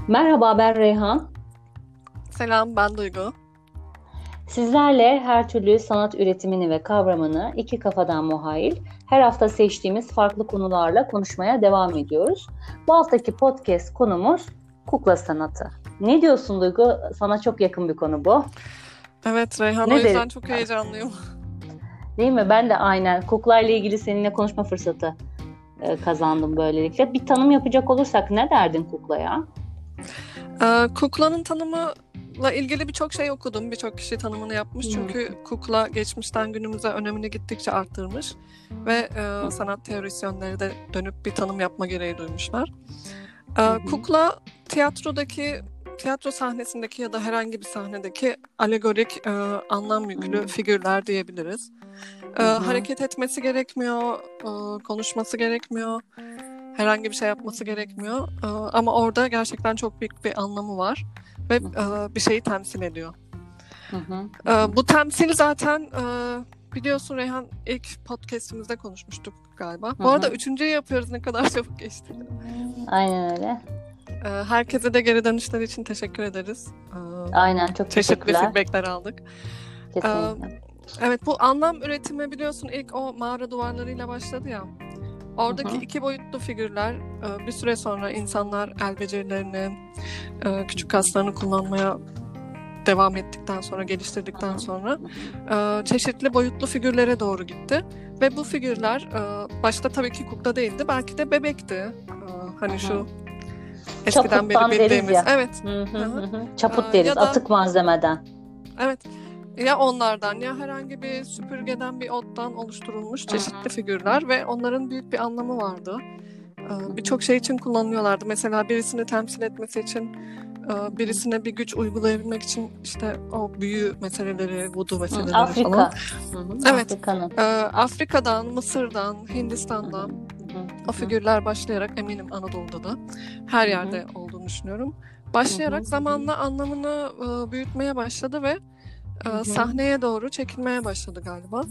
Merhaba, ben Reyhan. Selam, ben Duygu. Sizlerle her türlü sanat üretimini ve kavramını iki kafadan muhayil her hafta seçtiğimiz farklı konularla konuşmaya devam ediyoruz. Bu haftaki podcast konumuz kukla sanatı. Ne diyorsun Duygu? Sana çok yakın bir konu bu. Evet Reyhan, o Ne yüzden de, çok heyecanlıyım. değil mi? Ben de aynen kuklayla ilgili seninle konuşma fırsatı kazandım böylelikle. Bir tanım yapacak olursak ne derdin kuklaya? Kuklanın tanımıyla ilgili birçok şey okudum. Birçok kişi tanımını yapmış. Çünkü kukla geçmişten günümüze önemini gittikçe arttırmış. Ve sanat teorisyenleri de dönüp bir tanım yapma gereği duymuşlar. Kukla tiyatro sahnesindeki ya da herhangi bir sahnedeki alegorik anlam yüklü figürler diyebiliriz. Hareket etmesi gerekmiyor, konuşması gerekmiyor, herhangi bir şey yapması gerekmiyor. Ama orada gerçekten çok büyük bir anlamı var ve bir şeyi temsil ediyor. Bu temsil zaten biliyorsun Reyhan, ilk podcastimizde konuşmuştuk galiba. Bu arada üçüncüyü yapıyoruz, ne kadar çabuk geçti. Aynen öyle. Herkese de geri dönüşler için teşekkür ederiz. Aynen, çok Çeşitli teşekkürler. feedbackler aldık. Kesinlikle. Evet, bu anlam üretimi biliyorsun ilk o mağara duvarlarıyla başladı ya. Oradaki iki boyutlu figürler bir süre sonra insanlar el becerilerini, küçük kaslarını kullanmaya devam ettikten sonra, geliştirdikten sonra çeşitli boyutlu figürlere doğru gitti. Ve bu figürler başta tabii ki kukla değildi, belki de bebekti. Hani şu eskiden beri Çaputtan deriz bildiğimiz. ya. Evet. Çaput deriz, Ya da atık malzemeden. evet. Ya onlardan ya herhangi bir süpürgeden, bir ottan oluşturulmuş çeşitli figürler ve onların büyük bir anlamı vardı. Birçok şey için kullanılıyorlardı. Mesela birisini temsil etmesi için, birisine bir güç uygulayabilmek için işte o büyü meseleleri, voodoo meseleleri Afrika. falan. Evet. Afrika'nın. Afrika'dan, Mısır'dan, Hindistan'dan o figürler başlayarak, eminim Anadolu'da da her yerde olduğunu düşünüyorum. Başlayarak zamanla anlamını büyütmeye başladı ve sahneye doğru çekilmeye başladı galiba.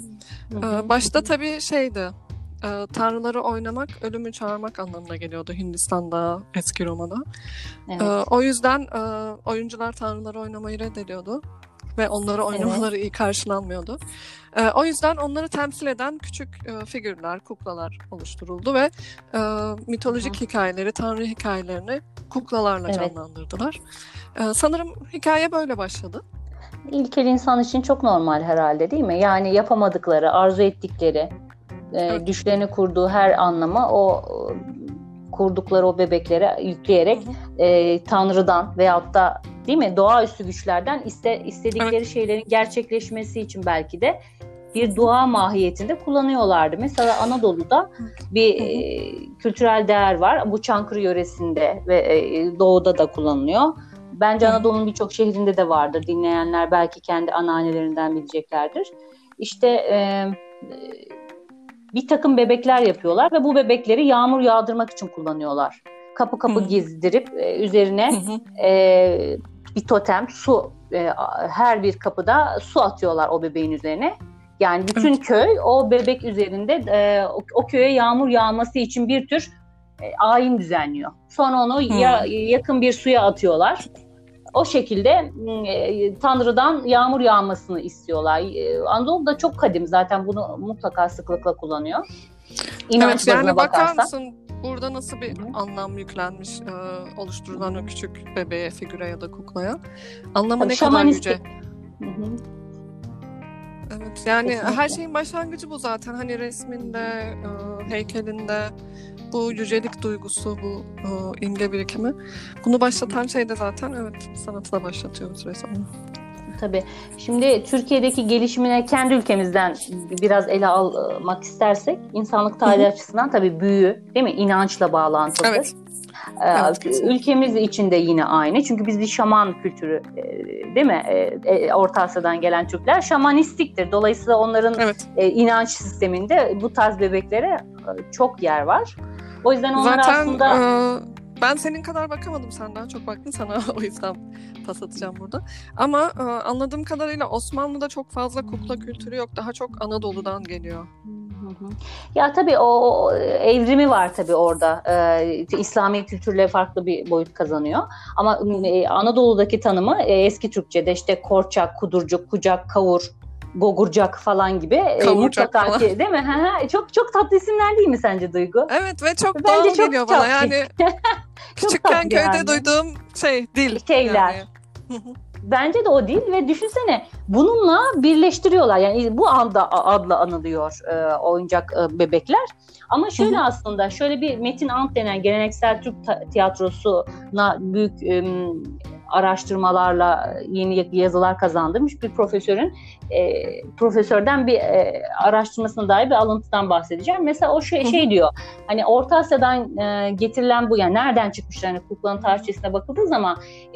Başta tabii şeydi, tanrıları oynamak, ölümü çağırmak anlamına geliyordu Hindistan'da, eski Roma'da. Evet. O yüzden oyuncular tanrıları oynamayı reddediyordu ve onları oynamaları iyi karşılanmıyordu. O yüzden onları temsil eden küçük figürler, kuklalar oluşturuldu ve mitolojik hikayeleri, tanrı hikayelerini kuklalarla canlandırdılar. Sanırım hikaye böyle başladı. İlkel insan için çok normal herhalde, değil mi? Yani yapamadıkları, arzu ettikleri, düşlerini kurduğu her anlamı o kurdukları o bebeklere yükleyerek Tanrı'dan veyahut da, değil mi, doğaüstü güçlerden istedikleri şeylerin gerçekleşmesi için belki de bir dua mahiyetinde kullanıyorlardı. Mesela Anadolu'da bir kültürel değer var. Bu Çankırı yöresinde ve doğuda da kullanılıyor. Bence Anadolu'nun birçok şehrinde de vardır. Dinleyenler belki kendi anneannelerinden bileceklerdir. İşte bir takım bebekler yapıyorlar ve bu bebekleri yağmur yağdırmak için kullanıyorlar. Kapı kapı gezdirip üzerine bir totem, su, her bir kapıda su atıyorlar o bebeğin üzerine. Yani bütün köy o bebek üzerinde o köye yağmur yağması için bir tür ayin düzenliyor. Sonra onu yakın bir suya atıyorlar. O şekilde Tanrı'dan yağmur yağmasını istiyorlar. Anadolu'da çok kadim, zaten bunu mutlaka sıklıkla kullanıyor. İnanç yani bakar bakarsan. mısın burada nasıl bir anlam yüklenmiş oluşturulan o küçük bebeğe, figüre ya da kuklaya. Anlamı ne kadar yüce. Evet, yani kesinlikle. Her şeyin başlangıcı bu zaten. Hani resminde, heykelinde bu yücelik duygusu, bu imge birikimi. Bunu başlatan şey de zaten sanatı da başlatıyor bir süre sonra. Tabii. Şimdi Türkiye'deki gelişimine kendi ülkemizden biraz ele almak istersek, insanlık tarihi açısından tabii büyü, değil mi? İnançla bağlantılı. Evet. Ülkemiz için de yine aynı. Çünkü biz bir şaman kültürü, değil mi? Orta Asya'dan gelen Türkler şamanistiktir. Dolayısıyla onların inanç sisteminde bu tarz bebeklere çok yer var. O yüzden onlar zaten, aslında Ben senin kadar bakamadım, sen daha çok baktın, sana o yüzden pas atacağım burada. Ama anladığım kadarıyla Osmanlı'da çok fazla kukla kültürü yok. Daha çok Anadolu'dan geliyor. Hı hı. Ya tabii o evrimi var tabii orada. İslami kültürle farklı bir boyut kazanıyor. Ama Anadolu'daki tanımı eski Türkçe'de işte korçak, kudurcuk, kucak, kavur, gogurcak falan gibi Kavurcak mutlaka falan. ki, değil mi? Çok çok tatlı isimler değil mi sence Duygu? Evet ve çok Bence doğal çok geliyor bana. tatlı. Yani Çok küçükken tatlı köyde yani. duyduğum dil Şeyler. yani. Bence de o değil ve düşünsene bununla birleştiriyorlar. Yani bu anda adla anılıyor oyuncak bebekler. Ama şöyle aslında şöyle bir Metin Ant denen geleneksel Türk tiyatrosuna büyük araştırmalarla yeni yazılar kazandırmış bir profesörden bir araştırmasına dair bir alıntıdan bahsedeceğim. Mesela o şey diyor. Hani Orta Asya'dan getirilen bu, yani nereden çıkmış, hani kuklanın tarihçesine bakıldığı zaman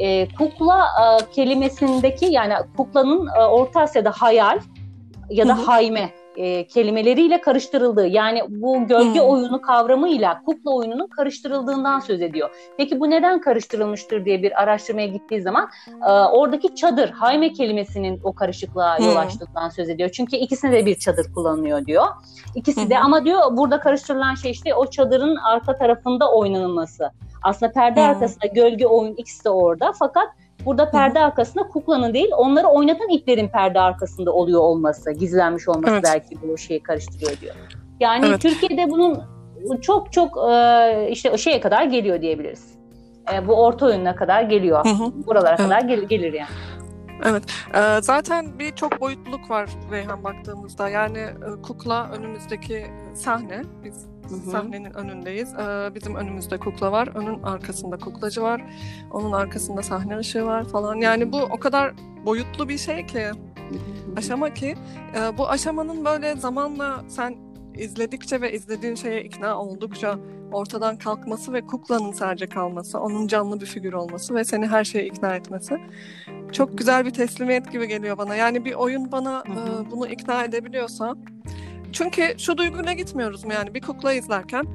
kukla kelimesindeki, yani kuklanın Orta Asya'da hayal ya da hayme kelimeleriyle karıştırıldığı, yani bu gölge oyunu kavramıyla kukla oyununun karıştırıldığından söz ediyor. Peki bu neden karıştırılmıştır diye bir araştırmaya gittiği zaman oradaki çadır, hayme kelimesinin o karışıklığa yol açtığından söz ediyor. Çünkü ikisine de bir çadır kullanılıyor diyor. İkisi de ama diyor burada karıştırılan şey işte o çadırın arka tarafında oynanılması. Aslında perde arkasında gölge oyun, ikisi de orada, fakat burada perde arkasında kuklanın değil, onları oynatan iplerin perde arkasında oluyor olması, gizlenmiş olması belki bu şeyi karıştırıyor diyor. Yani Türkiye'de bunun çok çok işte şeye kadar geliyor diyebiliriz. Bu orta oyununa kadar geliyor. Buralara kadar gelir yani. Evet. Zaten bir çok boyutluluk var Reyhan baktığımızda. Yani kukla önümüzdeki sahne. Biz sahnenin önündeyiz. Bizim önümüzde kukla var. Onun arkasında kuklacı var. Onun arkasında sahne ışığı var falan. Yani bu o kadar boyutlu bir şey ki, aşama ki, bu aşamanın böyle zamanla sen izledikçe ve izlediğin şeye ikna oldukça ortadan kalkması ve kuklanın sadece kalması, onun canlı bir figür olması ve seni her şeye ikna etmesi çok güzel bir teslimiyet gibi geliyor bana. Yani bir oyun bana bunu ikna edebiliyorsa, çünkü şu duyguyla gitmiyoruz mu, yani bir kukla izlerken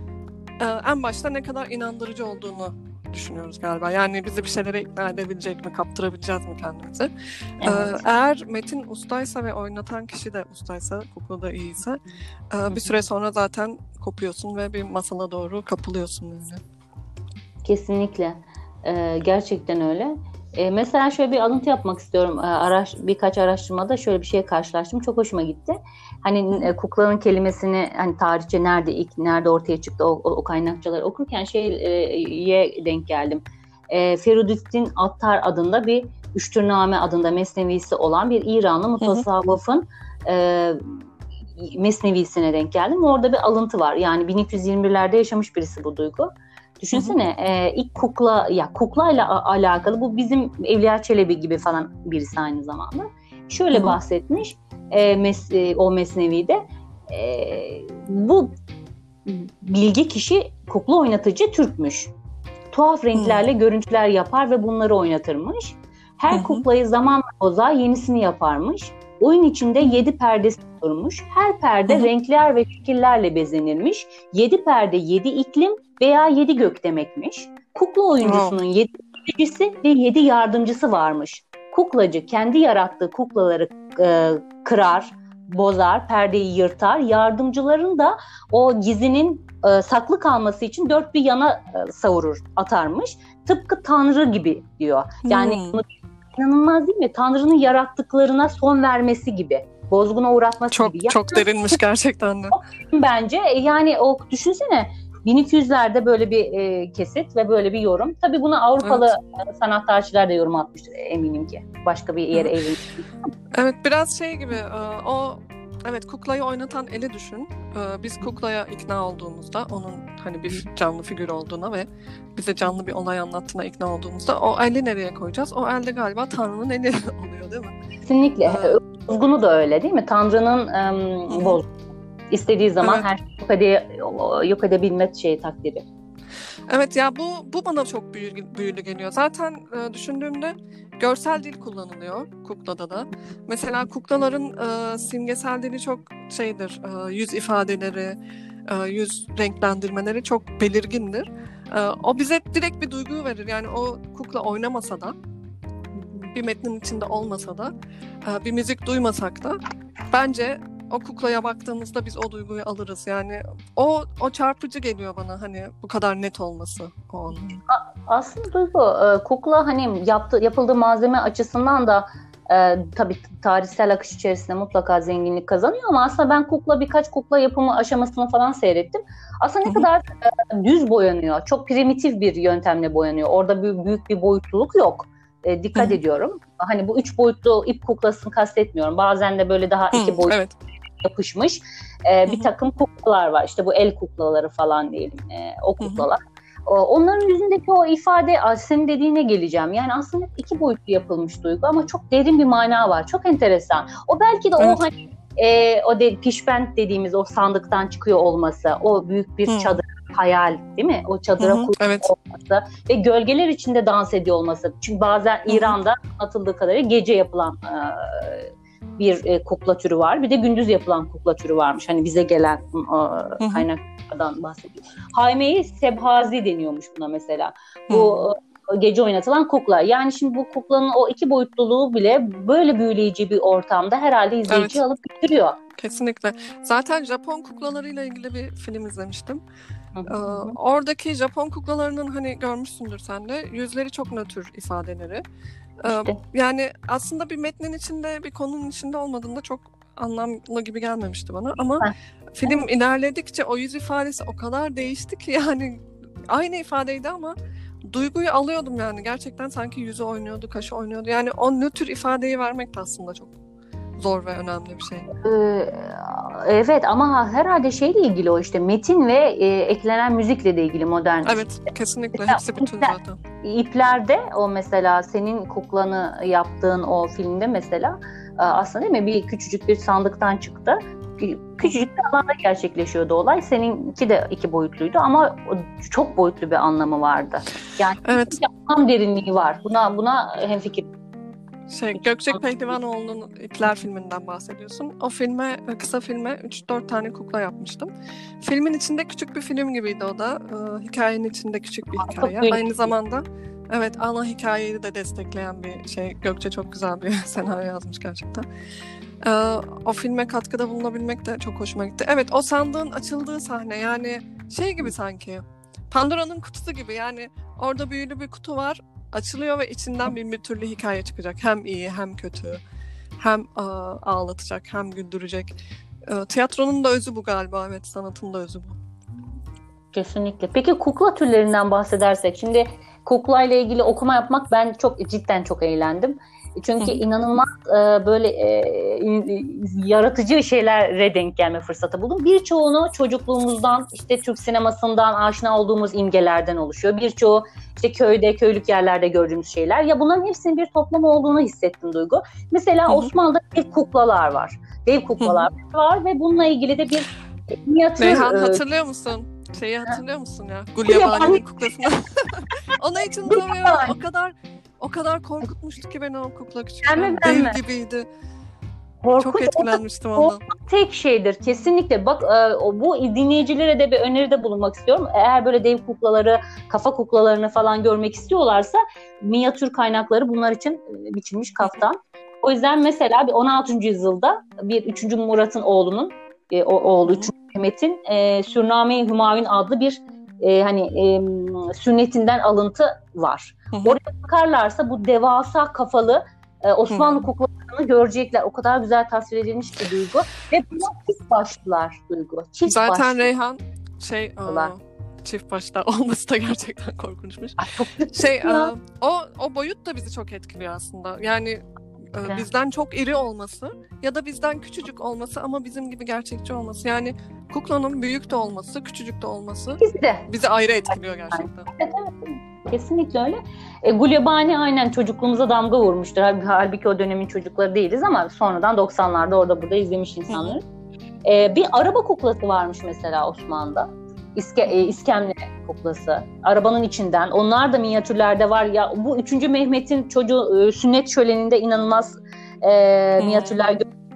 en başta ne kadar inandırıcı olduğunu düşünüyoruz galiba. Yani bizi bir şeylere ikna edebilecek mi, kaptırabileceğiz mi kendimizi? Evet. Eğer metin ustaysa ve oynatan kişi de ustaysa, kukla da iyiyse, bir süre sonra zaten kopuyorsun ve bir masala doğru kapılıyorsun yani. Kesinlikle. Gerçekten öyle. Mesela şöyle bir alıntı yapmak istiyorum. Birkaç araştırmada şöyle bir şeye karşılaştım. Çok hoşuma gitti. Hani kuklanın kelimesini, hani tarihçe nerede ortaya çıktı o kaynakçaları okurken şeye denk geldim. Ferudettin Attar adında bir Üştürname adında mesnevisi olan bir İranlı mutasavvıfın mesnevisine denk geldim. Orada bir alıntı var. Yani 1221'lerde yaşamış birisi bu Duygu. Düşünsene ilk kuklayla alakalı, bu bizim Evliya Çelebi gibi falan birisi aynı zamanda. Şöyle bahsetmiş o mesnevide, bu bilge kişi, kukla oynatıcı Türkmüş. Tuhaf renklerle görüntüler yapar ve bunları oynatırmış. Her kuklayı zamanla bozar, yenisini yaparmış. Oyun içinde 7 perdesi olurmuş. Her perde renkler ve şekillerle bezenirmiş. 7 perde 7 iklim veya 7 gök demekmiş. Kukla oyuncusunun 7 yöneticisi ve 7 yardımcısı varmış. Kuklacı kendi yarattığı kuklaları kırar, bozar, perdeyi yırtar. Yardımcıların da o gizinin saklı kalması için dört bir yana savurur, atarmış. Tıpkı Tanrı gibi diyor. Yani inanılmaz değil mi? Tanrı'nın yarattıklarına son vermesi gibi. Bozguna uğratması gibi. Çok derinmiş gerçekten de. Bence yani o düşünsene 1200'lerde böyle bir kesit ve böyle bir yorum. Tabii bunu Avrupalı sanat tarihçiler de yorum atmıştır eminim ki. Başka bir yere evrilmiş. Evet, biraz şey gibi kuklayı oynatan eli düşün. Biz kuklaya ikna olduğumuzda, onun hani bir canlı figür olduğuna ve bize canlı bir olay anlattığına ikna olduğumuzda o eli nereye koyacağız? O elde galiba Tanrı'nın eli oluyor değil mi? Kesinlikle. Bozgunu da öyle değil mi? Tanrı'nın bozgunu. İstediği zaman her şeyi yok edebilme takdiri. Evet ya, bu bana çok büyülü geliyor. Zaten düşündüğümde görsel dil kullanılıyor kuklada da. Mesela kuklaların simgesel dili çok yüz ifadeleri, yüz renklendirmeleri çok belirgindir. O bize direkt bir duyguyu verir. Yani o kukla oynamasa da, bir metnin içinde olmasa da, bir müzik duymasak da bence o kuklaya baktığımızda biz o duyguyu alırız. Yani o çarpıcı geliyor bana, hani bu kadar net olması o anın. Aslında Duygu, kukla hani yapıldığı malzeme açısından da tabii tarihsel akış içerisinde mutlaka zenginlik kazanıyor ama aslında ben birkaç kukla yapımı aşamasını falan seyrettim. Aslında ne kadar düz boyanıyor. Çok primitif bir yöntemle boyanıyor. Orada büyük bir boyutluluk yok. Dikkat ediyorum. Hani bu 3 boyutlu ip kuklasını kastetmiyorum. Bazen de böyle daha 2 boyutlu yapışmış bir takım kuklalar var. İşte bu el kuklaları falan diyelim. O kuklalar. Onların yüzündeki o ifade, senin dediğine geleceğim. Yani aslında 2 boyutlu yapılmış Duygu ama çok derin bir mana var. Çok enteresan. O belki de o hani pişbent dediğimiz o sandıktan çıkıyor olması, o büyük bir çadır hayal değil mi? O çadıra kurulmuş olması ve gölgeler içinde dans ediyor olması. Çünkü bazen İran'da anlatıldığı kadarıyla gece yapılan bir kukla türü var. Bir de gündüz yapılan kukla türü varmış. Hani bize gelen kaynaklardan bahsediyor. Hayme-i Sebhazi deniyormuş buna mesela. Bu gece oynatılan kukla. Yani şimdi bu kuklanın o 2 boyutluluğu bile böyle büyüleyici bir ortamda herhalde izleyiciyi alıp götürüyor. Kesinlikle. Zaten Japon kuklalarıyla ilgili bir film izlemiştim. Oradaki Japon kuklalarının hani görmüşsündür sen de, yüzleri çok nötr ifadeleri. Yani aslında bir metnin içinde, bir konunun içinde olmadığında çok anlamlı gibi gelmemişti bana ama film ilerledikçe o yüz ifadesi o kadar değişti ki, yani aynı ifadeydi ama duyguyu alıyordum yani. Gerçekten sanki yüzü oynuyordu, kaşı oynuyordu. Yani o nötr ifadeyi vermek de aslında çok zor ve önemli bir şey. Evet ama herhalde şeyle ilgili o işte metin ve eklenen müzikle de ilgili modern. Evet, kesinlikle. Hepsi bütün zaten. İplerde o mesela senin kuklanı yaptığın o filmde mesela aslında değil mi bir küçücük bir sandıktan çıktı. Küçücük bir alanda gerçekleşiyordu olay. Seninki de 2 boyutluydu ama çok boyutlu bir anlamı vardı. Yani anlam derinliği var. Buna hemfikir. Gökçek Pehlivanoğlu'nun İpler filminden bahsediyorsun. O kısa filme 3-4 tane kukla yapmıştım. Filmin içinde küçük bir film gibiydi o da. Hikayenin içinde küçük bir hikaye. Aynı zamanda ana hikayeyi de destekleyen bir şey. Gökçe çok güzel bir senaryo yazmış gerçekten. O filme katkıda bulunabilmek de çok hoşuma gitti. Evet, o sandığın açıldığı sahne, yani şey gibi sanki Pandora'nın kutusu gibi, yani orada büyülü bir kutu var, açılıyor ve içinden bir türlü hikaye çıkacak. Hem iyi hem kötü, hem ağlatacak hem güldürecek. Tiyatronun da özü bu galiba, evet, sanatın da özü bu. Kesinlikle. Peki kukla türlerinden bahsedersek, şimdi kuklayla ilgili okuma yapmak ben cidden çok eğlendim. Çünkü inanılmaz böyle yaratıcı şeylere denk gelme fırsatı buldum. Birçoğunu çocukluğumuzdan, işte Türk sinemasından aşina olduğumuz imgelerden oluşuyor. Birçoğu işte köylük yerlerde gördüğümüz şeyler. Ya bunların hepsinin bir toplam olduğunu hissettim Duygu. Mesela Osmanlı'da dev kuklalar var. Dev kuklalar var ve bununla ilgili de bir minyatür... Reyhan, hatırlıyor musun? Hatırlıyor musun ya? Gulyabani'nin kuklasını. Ona hiç unutamıyorum. O kadar korkutmuştu ki beni o kukla küçükken. Dev gibiydi. Çok etkilenmiştim ondan. Tek şeydir kesinlikle. Bak bu dinleyicilere de bir öneride bulunmak istiyorum. Eğer böyle dev kuklaları, kafa kuklalarını falan görmek istiyorlarsa minyatür kaynakları bunlar için biçilmiş kaftan. O yüzden mesela bir 16. yüzyılda bir 3. Murat'ın oğlu 3. Mehmet'in Sürname-i Hümayun adlı bir sünnetinden alıntı var. Oraya bakarlarsa bu devasa kafalı Osmanlı kuklalarını görecekler. O kadar güzel tasvir edilmiş ki Duygu. Ve bunlar çift başlılar Duygu. Zaten Reyhan çift başta olması da gerçekten korkunçmuş. O boyut da bizi çok etkiliyor aslında. Yani bizden çok iri olması ya da bizden küçücük olması ama bizim gibi gerçekçi olması. Yani kuklanın büyük de olması, küçücük de olması bizi ayrı etkiliyor gerçekten. Evet. Kesinlikle öyle. Gulyabani aynen çocukluğumuza damga vurmuştur. Halbuki o dönemin çocukları değiliz ama sonradan 90'larda orada burada izlemiş insanları. Bir araba kuklası varmış mesela Osmanlı'da. İskemle kuklası. Arabanın içinden. Onlar da minyatürlerde var. Ya bu 3. Mehmet'in sünnet şöleninde inanılmaz minyatürler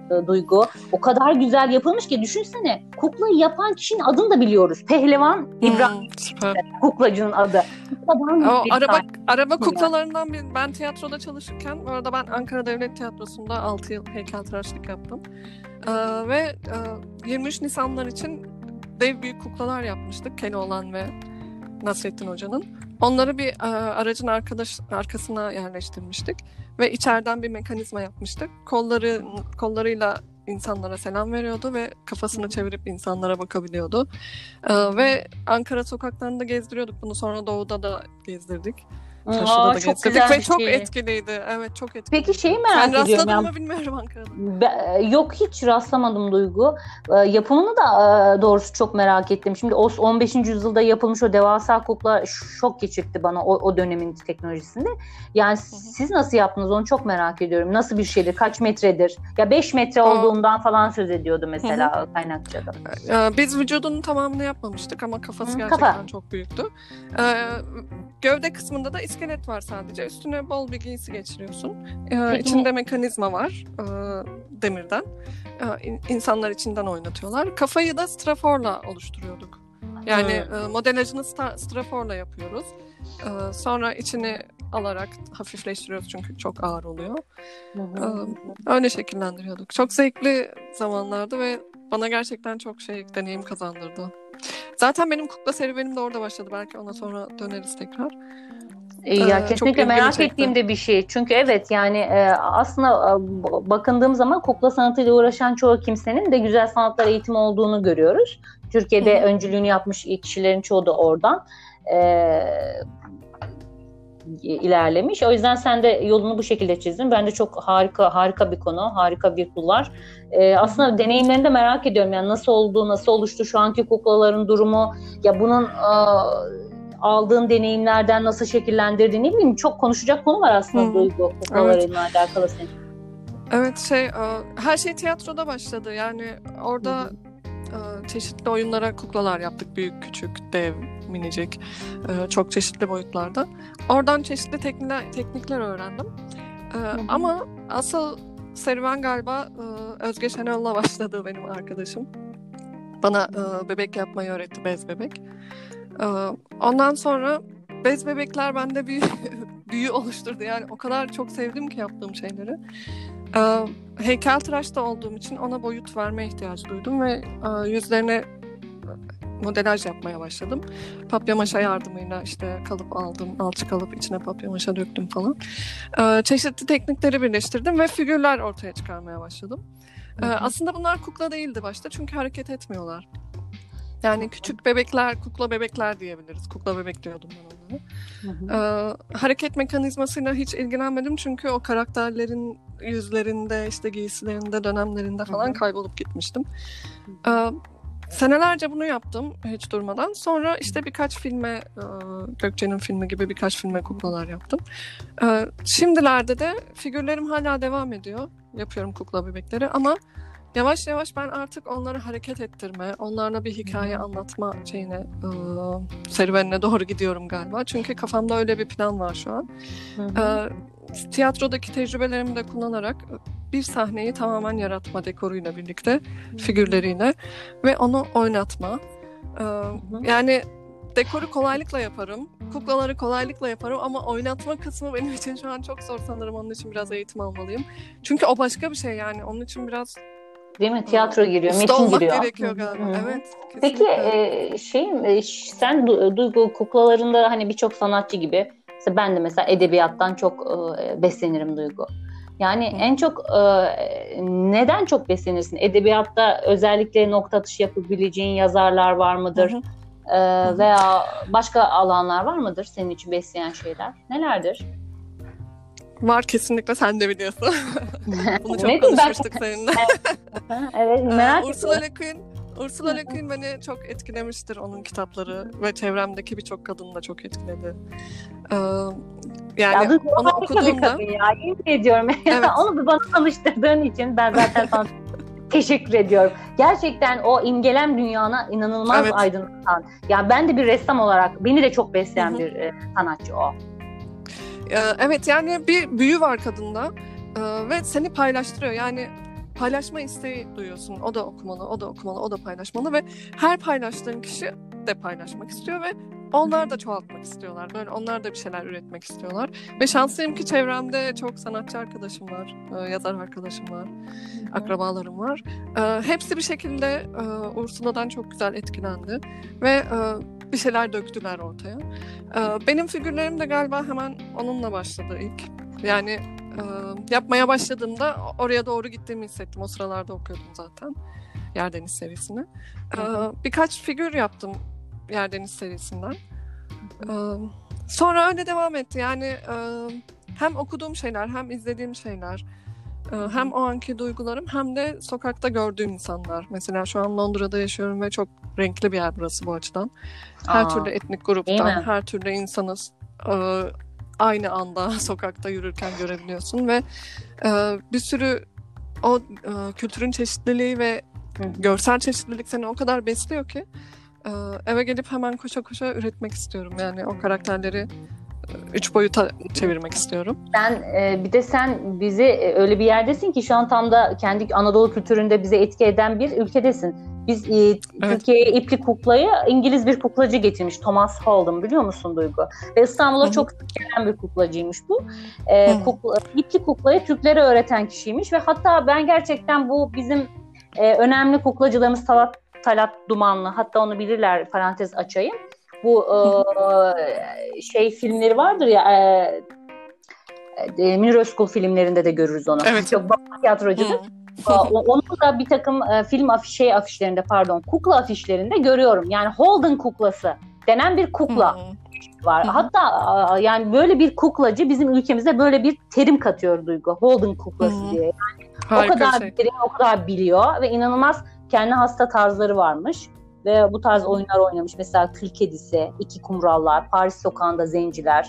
Duygu. O kadar güzel yapılmış ki düşünsene, kuklayı yapan kişinin adını da biliyoruz. Pehlivan İbrahim, Süper. kuklacının adı. O araba kuklalarından ben tiyatroda çalışırken, bu arada ben Ankara Devlet Tiyatrosu'nda 6 yıl heykeltıraşlık yaptım. Ve 23 Nisanlar için dev büyük kuklalar yapmıştık, Keloğlan ve Nasrettin Hoca'nın. Onları bir aracın arkasına yerleştirmiştik ve içeriden bir mekanizma yapmıştık. Kollarıyla insanlara selam veriyordu ve kafasını çevirip insanlara bakabiliyordu. Ve Ankara sokaklarında gezdiriyorduk bunu. Sonra Doğu'da da gezdirdik. Taşlı'da da gezdirdik ve çok etkiliydi. Evet, çok etkiliydi. Peki şeyi merak ediyorum. Sen rastladın mı bilmiyorum Ankara'da. Yok, hiç rastlamadım Duygu. Yapımını da doğrusu çok merak ettim. Şimdi 15. yüzyılda yapılmış o devasa kukla şok geçirtti bana o dönemin teknolojisinde. Yani siz nasıl yaptınız onu çok merak ediyorum. Nasıl bir şeydir? Kaç metredir? Ya 5 metre olduğundan falan söz ediyordu mesela kaynakçada. Biz vücudunun tamamını yapmamıştık ama kafası gerçekten çok büyüktü. Gövde kısmında da iskelet var sadece. Üstüne bol bir giysi geçiriyorsun. İçinde mekanizma var demirden. İnsanlar içinden oynatıyorlar. Kafayı da straforla oluşturuyorduk. Yani modelajını straforla yapıyoruz. Sonra içini alarak hafifleştiriyoruz çünkü çok ağır oluyor. Öyle şekillendiriyorduk. Çok zevkli zamanlardı ve bana gerçekten çok deneyim kazandırdı. Zaten benim kukla serüvenim de orada başladı. Belki ona sonra döneriz tekrar. Ya kesinlikle merak ettiğim de bir şey. Çünkü evet yani aslında bakındığım zaman kukla sanatıyla uğraşan çoğu kimsenin de güzel sanatlar eğitimi olduğunu görüyoruz. Türkiye'de öncülüğünü yapmış kişilerin çoğu da oradan ilerlemiş. O yüzden sen de yolunu bu şekilde çizdin. Bence çok harika bir konu, harika bir kulvar. Aslında deneyimlerini de merak ediyorum. Yani nasıl oldu, nasıl oluştu şu anki kuklaların durumu? Ya bunun aldığın deneyimlerden nasıl şekillendirdiğini, ne bileyim, çok konuşacak konu var aslında Duygu kuklalarıyla alakalı senin. Evet, her şey tiyatroda başladı. Yani orada çeşitli oyunlara kuklalar yaptık. Büyük, küçük, dev, minicik, çok çeşitli boyutlarda. Oradan çeşitli teknikler öğrendim. Ama asıl serüven galiba Özge Şenol'la başladı, benim arkadaşım. Bana bebek yapmayı öğretti, bez bebek. Ondan sonra bez bebekler bende bir büyü oluşturdu. Yani o kadar çok sevdim ki yaptığım şeyleri. Heykeltıraşta olduğum için ona boyut verme ihtiyacı duydum ve yüzlerine modelaj yapmaya başladım. Papyamaşa yardımıyla işte kalıp aldım, alçı kalıp içine papyamaşa döktüm falan. Çeşitli teknikleri birleştirdim ve figürler ortaya çıkarmaya başladım. Aslında bunlar kukla değildi başta çünkü hareket etmiyorlar. Yani küçük bebekler, kukla bebekler diyebiliriz. Kukla bebek diyordum ben onlara. Hareket mekanizmasıyla hiç ilgilenmedim çünkü o karakterlerin yüzlerinde, işte giysilerinde, dönemlerinde falan kaybolup gitmiştim. Senelerce bunu yaptım hiç durmadan. Sonra işte birkaç filme, Gökçe'nin filmi gibi birkaç filme kuklalar yaptım. Şimdilerde de figürlerim hala devam ediyor. Yapıyorum kukla bebekleri ama yavaş yavaş ben artık onları hareket ettirme, onlarla bir hikaye anlatma serüvenine doğru gidiyorum galiba. Çünkü kafamda öyle bir plan var şu an. Tiyatrodaki tecrübelerimi de kullanarak bir sahneyi tamamen yaratma, dekoruyla birlikte, figürleriyle ve onu oynatma. Yani dekoru kolaylıkla yaparım, kuklaları kolaylıkla yaparım ama oynatma kısmı benim için şu an çok zor sanırım. Onun için biraz eğitim almalıyım. Çünkü o başka bir şey yani. Onun için biraz değil mi? Tiyatro giriyor, usta metin olmak giriyor. Gerekiyor galiba. Evet. Kesinlikle. Peki sen Duygu kuklalarında hani birçok sanatçı gibi, mesela ben de mesela edebiyattan çok beslenirim Duygu. Yani en çok neden çok beslenirsin? Edebiyatta özellikle nokta atışı yapabileceğin yazarlar var mıdır? Veya başka alanlar var mıdır senin için besleyen şeyler? Nelerdir? Var kesinlikle, sen de biliyorsun. Bunu çok konuşmuştuk seninle. Evet, merak ediyorum. Ursula Le Guin beni çok etkilemiştir, onun kitapları ve çevremdeki birçok kadını da çok etkiledi. Yani onu okuduğumda... Yemin ediyorum. Evet. Onu bir bana tanıştırdığın için ben zaten sana teşekkür ediyorum. Gerçekten o imgelem dünyana inanılmaz aydınlatan. Yani ben de bir ressam olarak beni de çok besleyen bir sanatçı o. Evet, yani bir büyü var kadında ve seni paylaştırıyor. Yani paylaşma isteği duyuyorsun. O da okumalı, o da okumalı, o da paylaşmalı ve her paylaştığın kişi de paylaşmak istiyor ve onlar da çoğaltmak istiyorlar. Böyle onlar da bir şeyler üretmek istiyorlar. Ve şanslıyım ki çevremde çok sanatçı arkadaşım var, yazar arkadaşım var, akrabalarım var. Hepsi bir şekilde Ursula'dan çok güzel etkilendi ve bir şeyler döktüler ortaya. Benim figürlerim de galiba hemen onunla başladı ilk. Yani yapmaya başladığımda oraya doğru gittiğimi hissettim. O sıralarda okuyordum zaten Yerdeniz serisini. Birkaç figür yaptım Yerdeniz serisinden. Sonra öyle devam etti. Yani hem okuduğum şeyler, hem izlediğim şeyler, hem o anki duygularım, hem de sokakta gördüğüm insanlar. Mesela şu an Londra'da yaşıyorum ve çok renkli bir yer burası bu açıdan. Her türlü etnik gruptan, her türlü insanız. Aynı anda sokakta yürürken görebiliyorsun ve bir sürü o kültürün çeşitliliği ve görsel çeşitlilik seni o kadar besliyor ki eve gelip hemen koşa koşa üretmek istiyorum. Yani o karakterleri 3 boyuta çevirmek istiyorum. Bir de sen bizi öyle bir yerdesin ki şu an tam da kendi Anadolu kültüründe bize etki eden bir ülkedesin. Biz Türkiye'ye ipli kuklayı İngiliz bir kuklacı getirmiş. Thomas Holden, biliyor musun Duygu? Ve İstanbul'a çok gelen bir kuklacıymış bu. İpli kuklayı Türklere öğreten kişiymiş ve hatta ben gerçekten bu bizim önemli kuklacılarımız Talat Dumanlı, hatta onu bilirler, parantez açayım. Bu filmleri vardır ya, Münir Özkul filmlerinde de görürüz onu. Evet. Çok baba tiyatrocudur. Onu da bir takım film afişlerinde, kukla afişlerinde görüyorum. Yani Holden kuklası denen bir kukla var. Hatta yani böyle bir kuklacı bizim ülkemize böyle bir terim katıyor Duygu. Holden kuklası diye. Yani o kadar o kadar biliyor ve inanılmaz kendi hasta tarzları varmış. Ve bu tarz oyunlar oynamış. Mesela Kül Kedisi, İki Kumrallar, Paris Sokağı'nda Zenciler,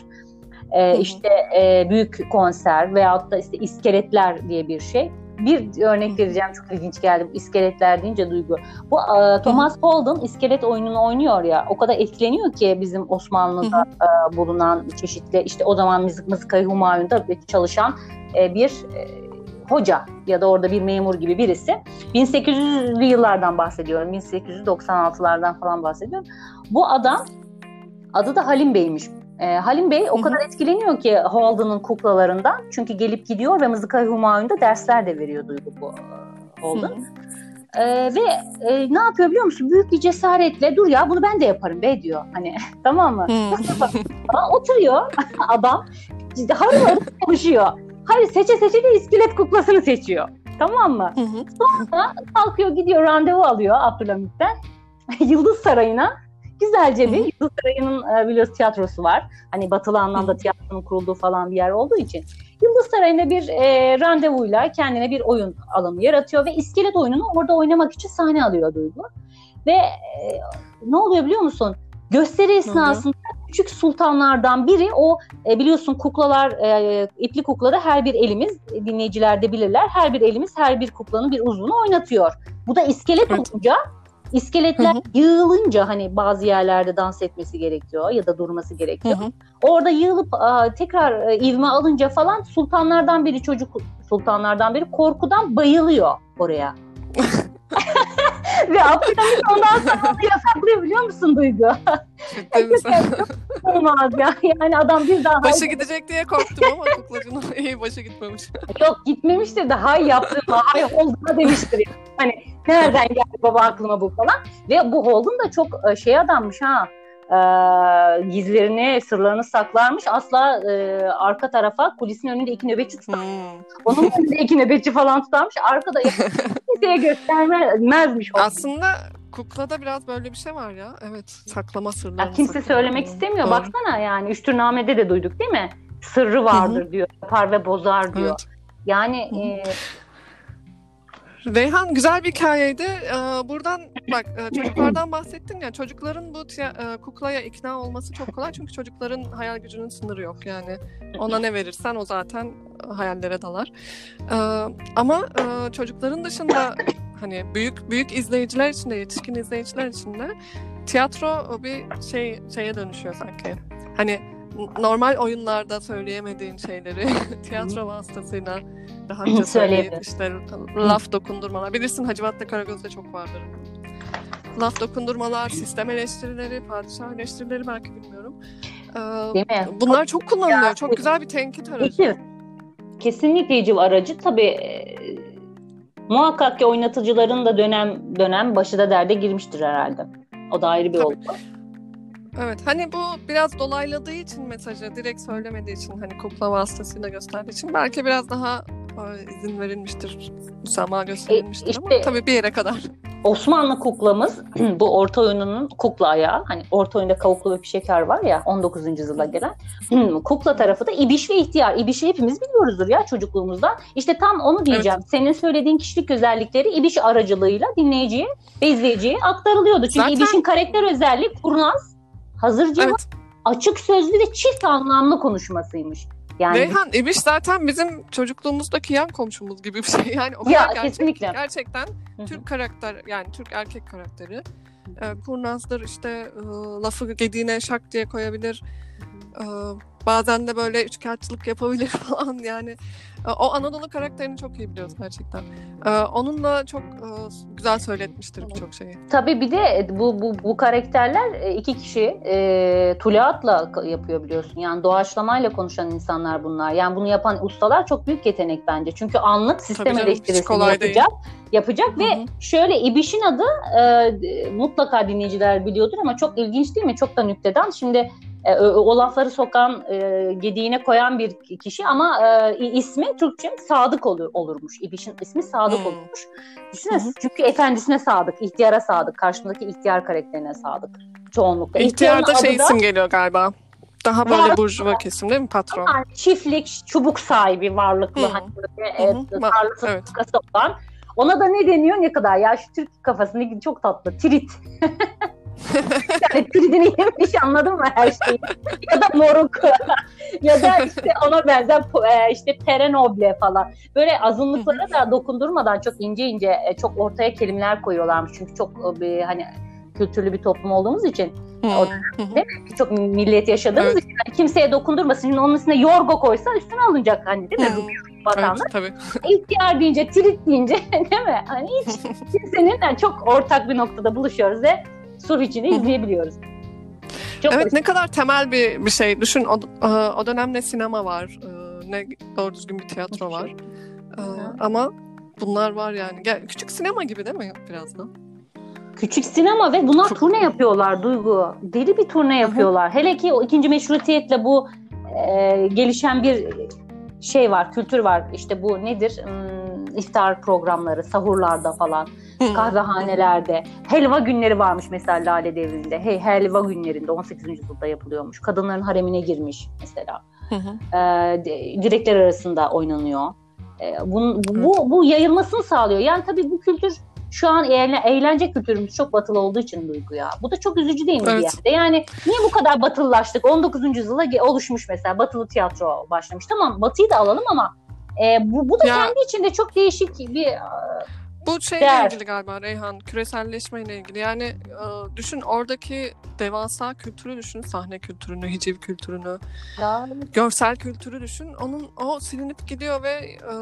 Büyük Konser veyahut da işte İskeletler diye bir şey. Bir örnek vereceğim, çok ilginç geldi. İskeletler deyince Duygu. Bu Thomas Holden iskelet oyununu oynuyor ya, o kadar etkileniyor ki bizim Osmanlı'da bulunan çeşitli, işte o zaman Mızıkayı Humayun'da çalışan bir hoca ya da orada bir memur gibi birisi. 1800'lü yıllardan bahsediyorum. 1896'lardan falan bahsediyorum. Bu adam, adı da Halim Bey'miş. Halim Bey o kadar etkileniyor ki Holden'ın kuklalarından. Çünkü gelip gidiyor ve Mızıkayı Humayun'da dersler de veriyor Duygu bu Holden. Ne yapıyor biliyor musun? Büyük bir cesaretle, dur ya bunu ben de yaparım be diyor. Hani tamam mı? Oturuyor adam, harıl harıl konuşuyor. Hayır, seçe de iskelet kuklasını seçiyor. Tamam mı? Sonra kalkıyor, gidiyor, randevu alıyor Abdülhamit'ten. Yıldız Sarayı'na. Güzelce bir Yıldız Sarayı'nın biliyorsun tiyatrosu var. Hani batılı anlamda tiyatronun kurulduğu falan bir yer olduğu için. Yıldız Sarayı'nda bir randevuyla kendine bir oyun alanı yaratıyor ve iskelet oyununu orada oynamak için sahne alıyor Duygu. Ve ne oluyor biliyor musun? Gösteri esnasında küçük sultanlardan biri, o biliyorsun kuklalar, ipli kuklada her bir elimiz, dinleyiciler de bilirler, her bir elimiz her bir kuklanın bir uzvunu oynatıyor. Bu da iskelet olunca, iskeletler yığılınca hani bazı yerlerde dans etmesi gerekiyor ya da durması gerekiyor. Orada yığılıp tekrar ivme alınca falan sultanlardan biri, çocuk sultanlardan biri korkudan bayılıyor oraya. Ve Abdülhamit ondan sonra onu yasaklıyor, biliyor musun Duygu? Olmaz ya. Yani adam bir daha... Başı gidecek diye korktum ama kuklacının iyi başı gitmemiş. Yok, gitmemiştir de hay yaptım, hay Holden'a demiştir. Hani nereden geldi baba aklıma bu falan. Ve bu Holden da çok adammış ha. Gizlerini, sırlarını saklarmış. Asla arka tarafa, kulisin önünde 2 nöbetçi tutarmış. Onun önünde 2 nöbetçi falan tutarmış. Arkada kimseye göstermezmiş. Aslında kuklada biraz böyle bir şey var ya. Evet, saklama sırlarını. Ya kimse söylemek istemiyor. Evet. Baksana yani Üçtürname'de de duyduk değil mi? Sırrı vardır diyor. Yapar ve bozar diyor. Evet. Yani Reyhan, güzel bir hikayeydi. Buradan bak, çocuklardan bahsettin ya. Çocukların bu kuklaya ikna olması çok kolay. Çünkü çocukların hayal gücünün sınırı yok. Yani ona ne verirsen o zaten hayallere dalar. Ama çocukların dışında hani büyük izleyiciler için de, yetişkin izleyiciler için de tiyatro bir şeye dönüşüyor sanki. Hani normal oyunlarda söyleyemediğin şeyleri tiyatro vasıtasıyla rahatça söyleyip Söyleyebilir. işte laf dokundurmalar. Bilirsin Hacivat'ta Karagöz'de çok vardır. Laf dokundurmalar, sistem eleştirileri, padişah eleştirileri belki bilmiyorum. Değil mi? Bunlar çok kullanılıyor. Çok güzel bir tenkit aracı. İciv. Kesinlikle iciv aracı. Tabii muhakkak ki oynatıcıların da dönem başı da derde girmiştir herhalde. O da ayrı bir Tabii. olgu. Evet, hani bu biraz dolayladığı için mesajı direkt söylemediği için, hani kukla vasıtasıyla gösterdiği için belki biraz daha izin verilmiştir, müsamaha gösterilmiştir işte- ama tabii bir yere kadar. Osmanlı kuklamız bu orta oyununun kukla ayağı. Hani orta oyunda kavuklu ve pişekar var ya 19. yüzyılda gelen. Kukla tarafı da İbiş ve ihtiyar. İbiş'i hepimiz biliyoruzdur ya çocukluğumuzda. İşte tam onu diyeceğim. Evet. Senin söylediğin kişilik özellikleri İbiş aracılığıyla dinleyiciye ve izleyiciye aktarılıyordu. Çünkü zaten İbiş'in karakter özelliği kurnaz, hazırcı, evet, açık sözlü ve çift anlamlı konuşmasıymış. Yani Reyhan, İbiş zaten bizim çocukluğumuzdaki yan komşumuz gibi bir şey. Yani o ya, kadar kesinlikle. Gerçekten Türk karakter, yani Türk erkek karakteri. Kurnazdır, işte lafı gediğine şak diye koyabilir. Bazen de böyle üçkağıtçılık yapabilir falan yani. O Anadolu karakterini çok iyi biliyoruz gerçekten. Onunla çok güzel söyletmiştir birçok şeyi. Tabii bir de bu karakterler iki kişi tuluatla yapıyor biliyorsun. Yani doğaçlamayla konuşan insanlar bunlar. Yani bunu yapan ustalar çok büyük yetenek bence. Çünkü anlık sistem eleştirisini yapacak ve şöyle İbiş'in adı mutlaka dinleyiciler biliyordur ama çok ilginç değil mi? Çok da nüktedan. Şimdi o lafları sokan, gediğine koyan bir kişi ama ismi Türkçe Sadık olurmuş. İbiş'in ismi Sadık olurmuş. Düşünün, çünkü efendisine sadık, ihtiyara sadık, karşındaki ihtiyar karakterine sadık çoğunlukla. İhtiyarda isim geliyor galiba. Daha böyle burjuva kesim değil mi, patron? Yani çiftlik, çubuk sahibi, varlıklı, hani tarlası evet, olan. Ona da ne deniyor, ne kadar ya şu Türk kafasını çok tatlı, tirit. Yani tridini yemiş, anladın mı her şeyi? Ya da moruk ya da işte ona benzer işte perenoble falan. Böyle azınlıklara da dokundurmadan çok ince çok ortaya kelimeler koyuyorlarmış. Çünkü çok hani kültürlü bir toplum olduğumuz için değil mi? Çok millet yaşadığımız için yani kimseye dokundurmasın. Şimdi onun üstüne yorgo koysa üstüne alınacak hani, değil mi? Vatandaş. Evet, İhtiyar deyince, trit deyince değil mi? Hani hiç kimsenin yani çok ortak bir noktada buluşuyoruz ve sur içinde izleyebiliyoruz. Çok evet, ne kadar temel bir şey. Düşün, o dönem ne sinema var, ne doğru düzgün bir tiyatro var. Ama bunlar var yani. Küçük sinema gibi değil mi biraz da? Küçük sinema ve bunlar turne yapıyorlar Duygu. Deli bir turne yapıyorlar. Hele ki o ikinci meşrutiyetle bu gelişen bir şey var, kültür var. İşte bu nedir? İftar programları, sahurlarda falan, kahvehanelerde. Helva günleri varmış mesela Lale Devri'nde. Helva günlerinde 18. yüzyılda yapılıyormuş. Kadınların haremine girmiş mesela. Direkler arasında oynanıyor. Bu yayılmasını sağlıyor. Yani tabii bu kültür şu an eğlence kültürümüz çok batılı olduğu için Duygu ya. Bu da çok üzücü değil mi bir yerde? Yani niye bu kadar batılılaştık? 19. yüzyılda oluşmuş mesela batılı tiyatro başlamış. Tamam, batıyı da alalım ama bu da kendi içinde çok değişik bir bu şeyle ilgili galiba Reyhan, küreselleşmeyle ilgili. Yani düşün, oradaki devasa kültürü düşün, sahne kültürünü, hiciv kültürünü, görsel kültürü düşün. O silinip gidiyor ve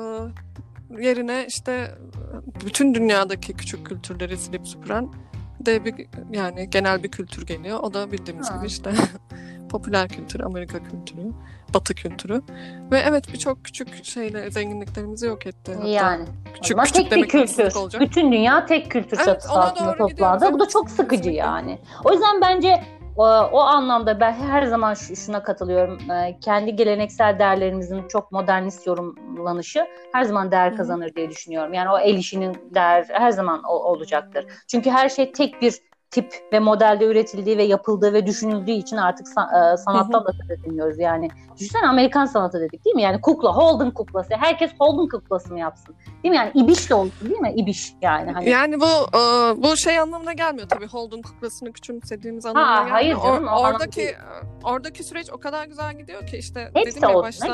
yerine işte bütün dünyadaki küçük kültürleri silip süpüren de yani genel bir kültür geliyor. O da bildiğimiz gibi işte popüler kültür, Amerika kültürü, Batı kültürü ve evet birçok küçük zenginliklerimizi yok etti. Hatta yani küçük tek bir kültür. Bütün dünya tek kültür çatısı altında toplandı. Bu da çok sıkıcı yani. O yüzden bence o anlamda ben her zaman şuna katılıyorum. Kendi geleneksel değerlerimizin çok modernist yorumlanışı her zaman değer kazanır diye düşünüyorum. Yani o el işinin değer her zaman olacaktır. Çünkü her şey tek bir tip ve modelde üretildiği ve yapıldığı ve düşünüldüğü için artık sanattan da söz edemiyoruz. Yani düşünsene, Amerikan sanatı dedik değil mi? Yani kukla, Holden kuklası. Herkes Holden kuklası mı yapsın? Değil mi? Yani İbiş de olsun değil mi? İbiş yani. Hani. Yani bu şey anlamına gelmiyor tabii. Holden kuklasını küçümsediğimiz anlamına gelmiyor. Hayır canım. Oradaki süreç o kadar güzel gidiyor ki işte hepsi dedim ya olsun,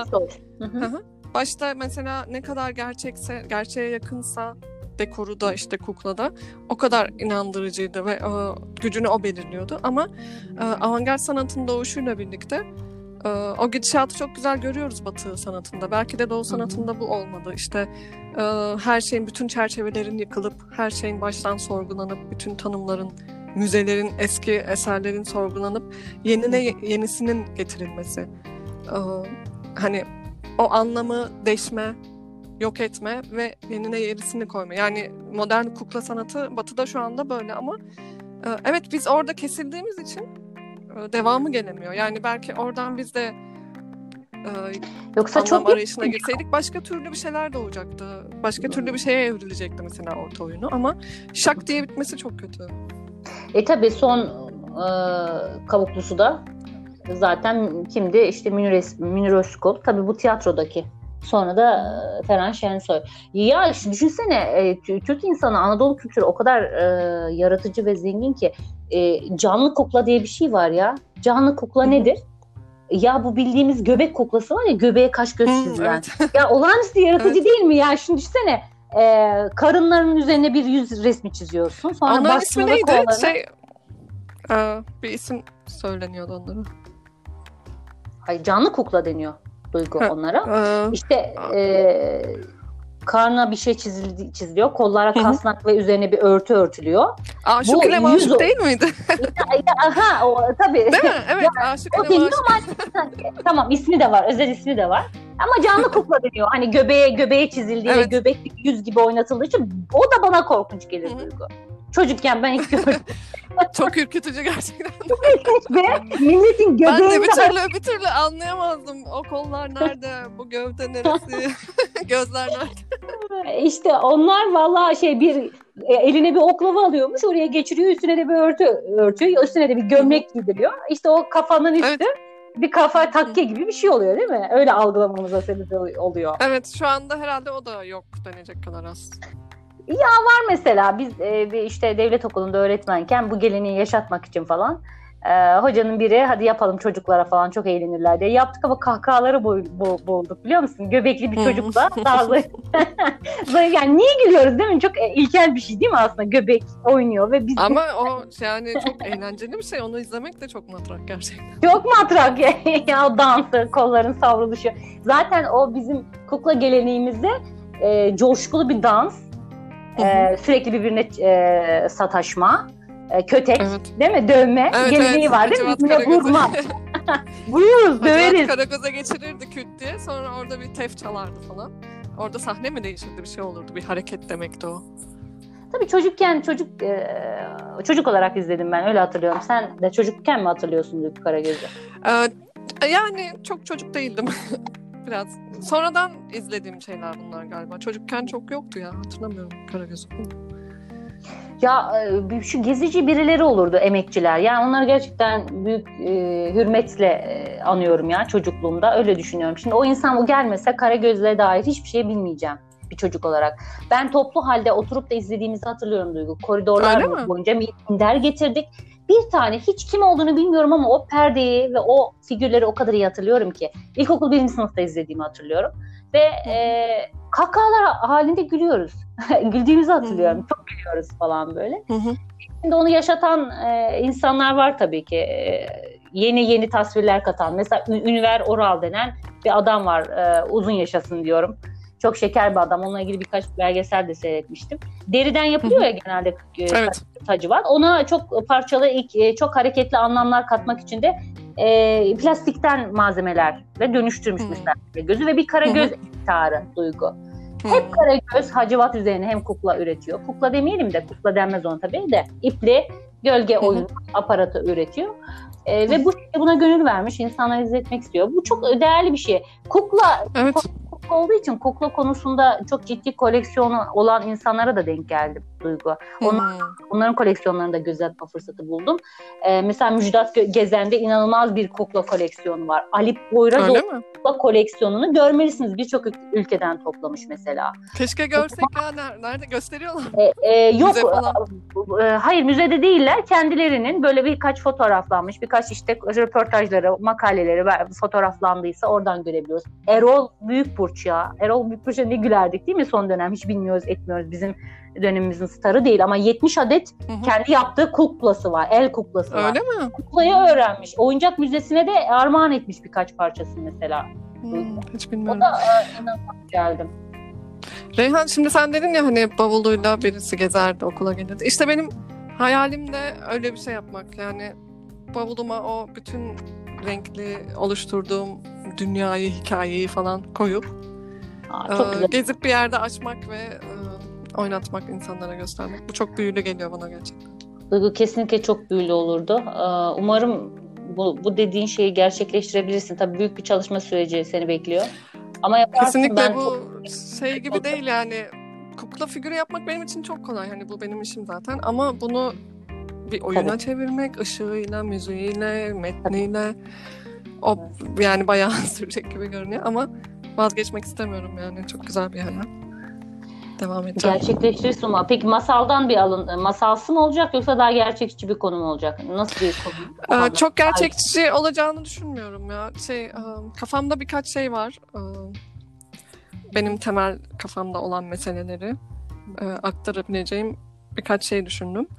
başta mesela ne kadar gerçeğe yakınsa dekoru da işte kuklada o kadar inandırıcıydı ve gücünü o belirliyordu ama avantgard sanatın doğuşuyla birlikte O gidişatı çok güzel görüyoruz Batı sanatında. Belki de Doğu sanatında bu olmadı. İşte her şeyin, bütün çerçevelerin yıkılıp, her şeyin baştan sorgulanıp, bütün tanımların, müzelerin, eski eserlerin sorgulanıp yenisinin getirilmesi. Hani o anlamı deşme, yok etme ve yenine yenisini koyma. Yani modern kukla sanatı Batı'da şu anda böyle ama evet, biz orada kesildiğimiz için devamı gelemiyor. Yani belki oradan biz de Yoksa anlam çok arayışına girseydik başka türlü bir şeyler doğacaktı. Başka türlü bir şeye evrilecekti mesela orta oyunu ama şak diye bitmesi çok kötü. Tabii son Kavuklusu da zaten kimdi? İşte Münir Özkul. Tabii bu tiyatrodaki. Sonra da Ferhan Şensoy. Ya düşünsene, Türk insanı, Anadolu kültürü o kadar yaratıcı ve zengin ki canlı kukla diye bir şey var ya. Canlı kukla nedir? Ya bu bildiğimiz göbek kuklası var ya, göbeğe kaş göz çizilen. Evet. Ya olağanüstü yaratıcı evet. Değil mi ya? Şimdi düşünsene, karınlarının üzerine bir yüz resmi çiziyorsun. Sonra onların ismi neydi? Bir isim söyleniyordu onlara. Hayır, canlı kukla deniyor Duygu onlara. İşte karnına bir şey çiziliyor. Kollara kasnak ve üzerine bir örtü örtülüyor. Aşık ile Maşuk değil miydi? Aha, tabii. Değil mi? Evet, Aşık ile Maşuk. Tamam, ismi de var. Özel ismi de var. Ama canlı kukla deniyor. Hani göbeğe çizildiği ve göbekli yüz gibi oynatıldığı için o da bana korkunç gelir Duygu. Çocukken ben ilk gördüm. Çok ürkütücü gerçekten. Çok ürkütücü ve milletin göbeğinde... Ben de bir türlü anlayamazdım. O kollar nerede? Bu gövde neresi? Gözler nerede? İşte onlar vallahi eline bir oklava alıyormuş. Oraya geçiriyor. Üstüne de bir örtü örtüyor. Üstüne de bir gömlek giydiriyor. İşte o kafanın üstü bir kafa takke gibi bir şey oluyor değil mi? Öyle algılamamıza sebep oluyor. Evet, şu anda herhalde o da yok denecek kadar az. Ya var mesela, biz işte devlet okulunda öğretmenken bu geleneği yaşatmak için falan hocanın biri hadi yapalım çocuklara falan, çok eğlenirler diye yaptık ama kahkahaları boğulduk biliyor musun? Göbekli bir çocukla yani niye gülüyoruz değil mi? Çok ilkel bir şey değil mi aslında, göbek oynuyor ve biz... Ama o yani çok eğlenceli bir şey, onu izlemek de çok matrak gerçekten. Çok matrak ya, o dansı, kolların savruluşu. Zaten o bizim kukla geleneğimizde coşkulu bir dans. Sürekli birbirine sataşma, kötek, değil mi? Dövme geleneği var değil mi? Birbirine vurma. Vururuz, döveriz. Karagöz'e geçirirdi küt diye, sonra orada bir tef çalardı falan. Orada sahne mi değişirdi, bir şey olurdu, bir hareket demekti o. Tabii çocukken çocuk olarak izledim ben, öyle hatırlıyorum. Sen de çocukken mi hatırlıyorsun Duygu Karagöz'ü? Yani çok çocuk değildim. Biraz sonradan izlediğim şeyler bunlar galiba. Çocukken çok yoktu ya, hatırlamıyorum Karagöz'ü. Ya şu gezici birileri olurdu, emekçiler. Yani onları gerçekten büyük hürmetle anıyorum ya çocukluğumda. Öyle düşünüyorum. Şimdi o insan o gelmese Karagöz'le dair hiçbir şey bilmeyeceğim bir çocuk olarak. Ben toplu halde oturup da izlediğimizi hatırlıyorum Duygu. Koridorlar boyunca minder getirdik. Bir tane hiç kim olduğunu bilmiyorum ama o perdeyi ve o figürleri o kadar iyi hatırlıyorum ki. İlkokul 1. sınıfta izlediğimi hatırlıyorum. Ve kahkahalar halinde gülüyoruz. Güldüğümüzü hatırlıyorum. Çok gülüyoruz falan böyle. Şimdi onu yaşatan insanlar var tabii ki. Yeni tasvirler katan. Mesela Ünver Oral denen bir adam var. Uzun yaşasın diyorum. Çok şeker bir adam. Onunla ilgili birkaç belgesel de seyretmiştim. Deriden yapılıyor ya genelde Hacivat. Ona çok parçalı, çok hareketli anlamlar katmak için de plastikten malzemelerle dönüştürmüş mesela gözü ve bir Karagöz iktidarı Duygu. Hep Karagöz Hacivat üzerine hem kukla üretiyor. Kukla demeyelim de, kukla denmez ona tabii de, ipli gölge oyun aparatı üretiyor. Ve buna gönül vermiş, insanlara izletmek istiyor. Bu çok değerli bir şey. Kukla olduğu için kukla konusunda çok ciddi koleksiyonu olan insanlara da denk geldim Duygu. Onların koleksiyonlarını da göz atma fırsatı buldum. Mesela Müjdat Gezen'de inanılmaz bir kukla koleksiyonu var. Ali Poyraz kukla koleksiyonunu görmelisiniz. Birçok ülkeden toplamış mesela. Keşke görsek ya. Nerede gösteriyorlar? Yok. Hayır, müzede değiller. Kendilerinin böyle birkaç fotoğraflanmış, birkaç işte röportajları, makaleleri fotoğraflandıysa oradan görebiliyoruz. Erol Büyükburç ya. Erol Büyükburç'a ne gülerdik değil mi son dönem? Hiç bilmiyoruz, etmiyoruz. Bizim dönemimizin starı değil ama 70 adet kendi yaptığı kuklası var. El kuklası var. Öyle mi? Kuklayı öğrenmiş. Oyuncak müzesine de armağan etmiş birkaç parçasını mesela. Hiç bilmiyorum. O da inanılmaz geldim. Reyhan, şimdi sen dedin ya hani bavuluyla birisi gezerdi, okula gelirdi. İşte benim hayalim de öyle bir şey yapmak. Yani bavuluma o bütün renkli oluşturduğum dünyayı, hikayeyi falan koyup Çok güzel. gezip bir yerde açmak ve oynatmak, insanlara göstermek. Bu çok büyülü geliyor bana gerçekten. Duygu, kesinlikle çok büyülü olurdu. Umarım bu dediğin şeyi gerçekleştirebilirsin. Tabii büyük bir çalışma süreci seni bekliyor. Ama yaparsın. Kesinlikle bu şey gibi değil yani. Kukla figürü yapmak benim için çok kolay. Hani bu benim işim zaten. Ama bunu bir oyuna çevirmek, ışığıyla, müziğiyle, metniyle o yani bayağı sürecek gibi görünüyor ama vazgeçmek istemiyorum yani. Çok güzel bir hayal. Devam edeceğim. Gerçekleştirirsin ama. Peki masaldan bir masalsı mı olacak yoksa daha gerçekçi bir konu mu olacak? Nasıl bir konu? Çok gerçekçi olacağını düşünmüyorum ya. Kafamda birkaç şey var. Benim temel kafamda olan meseleleri aktarabileceğim birkaç şey düşündüm.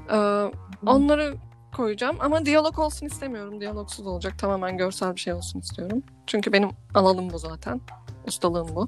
Onları koyacağım ama diyalog olsun istemiyorum. Diyalogsuz olacak. Tamamen görsel bir şey olsun istiyorum. Çünkü benim alanım bu zaten. Ustalığım bu.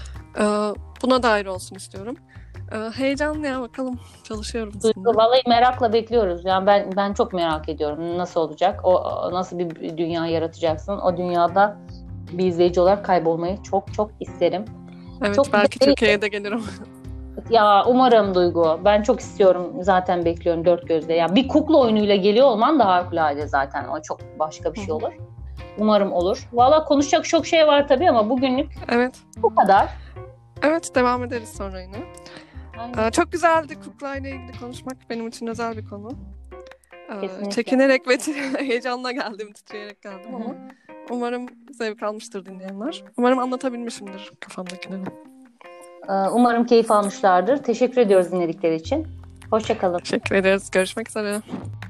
Buna dair olsun istiyorum. Heyecanlı ya, bakalım. Çalışıyorum. Vallahi merakla bekliyoruz. Yani ben çok merak ediyorum. Nasıl olacak? O nasıl bir dünya yaratacaksın? O dünyada bir izleyici olarak kaybolmayı çok çok isterim. Evet, çok belki Türkiye'ye de gelirim. Ya umarım Duygu. Ben çok istiyorum. Zaten bekliyorum dört gözle. Ya bir kukla oyunuyla geliyor olman da harikulade zaten. O çok başka bir şey olur. Umarım olur. Valla konuşacak çok şey var tabii ama bugünlük bu kadar. Evet, devam ederiz sonra yine. Çok güzeldi kuklayla ilgili konuşmak. Benim için özel bir konu. Çekinerek ve heyecanla geldim, titreyerek geldim ama umarım zevk almıştır dinleyenler. Umarım anlatabilmişimdir kafamdakileri. Umarım keyif almışlardır. Teşekkür ediyoruz dinledikleri için. Hoşça kalın. Teşekkür ederiz. Görüşmek üzere.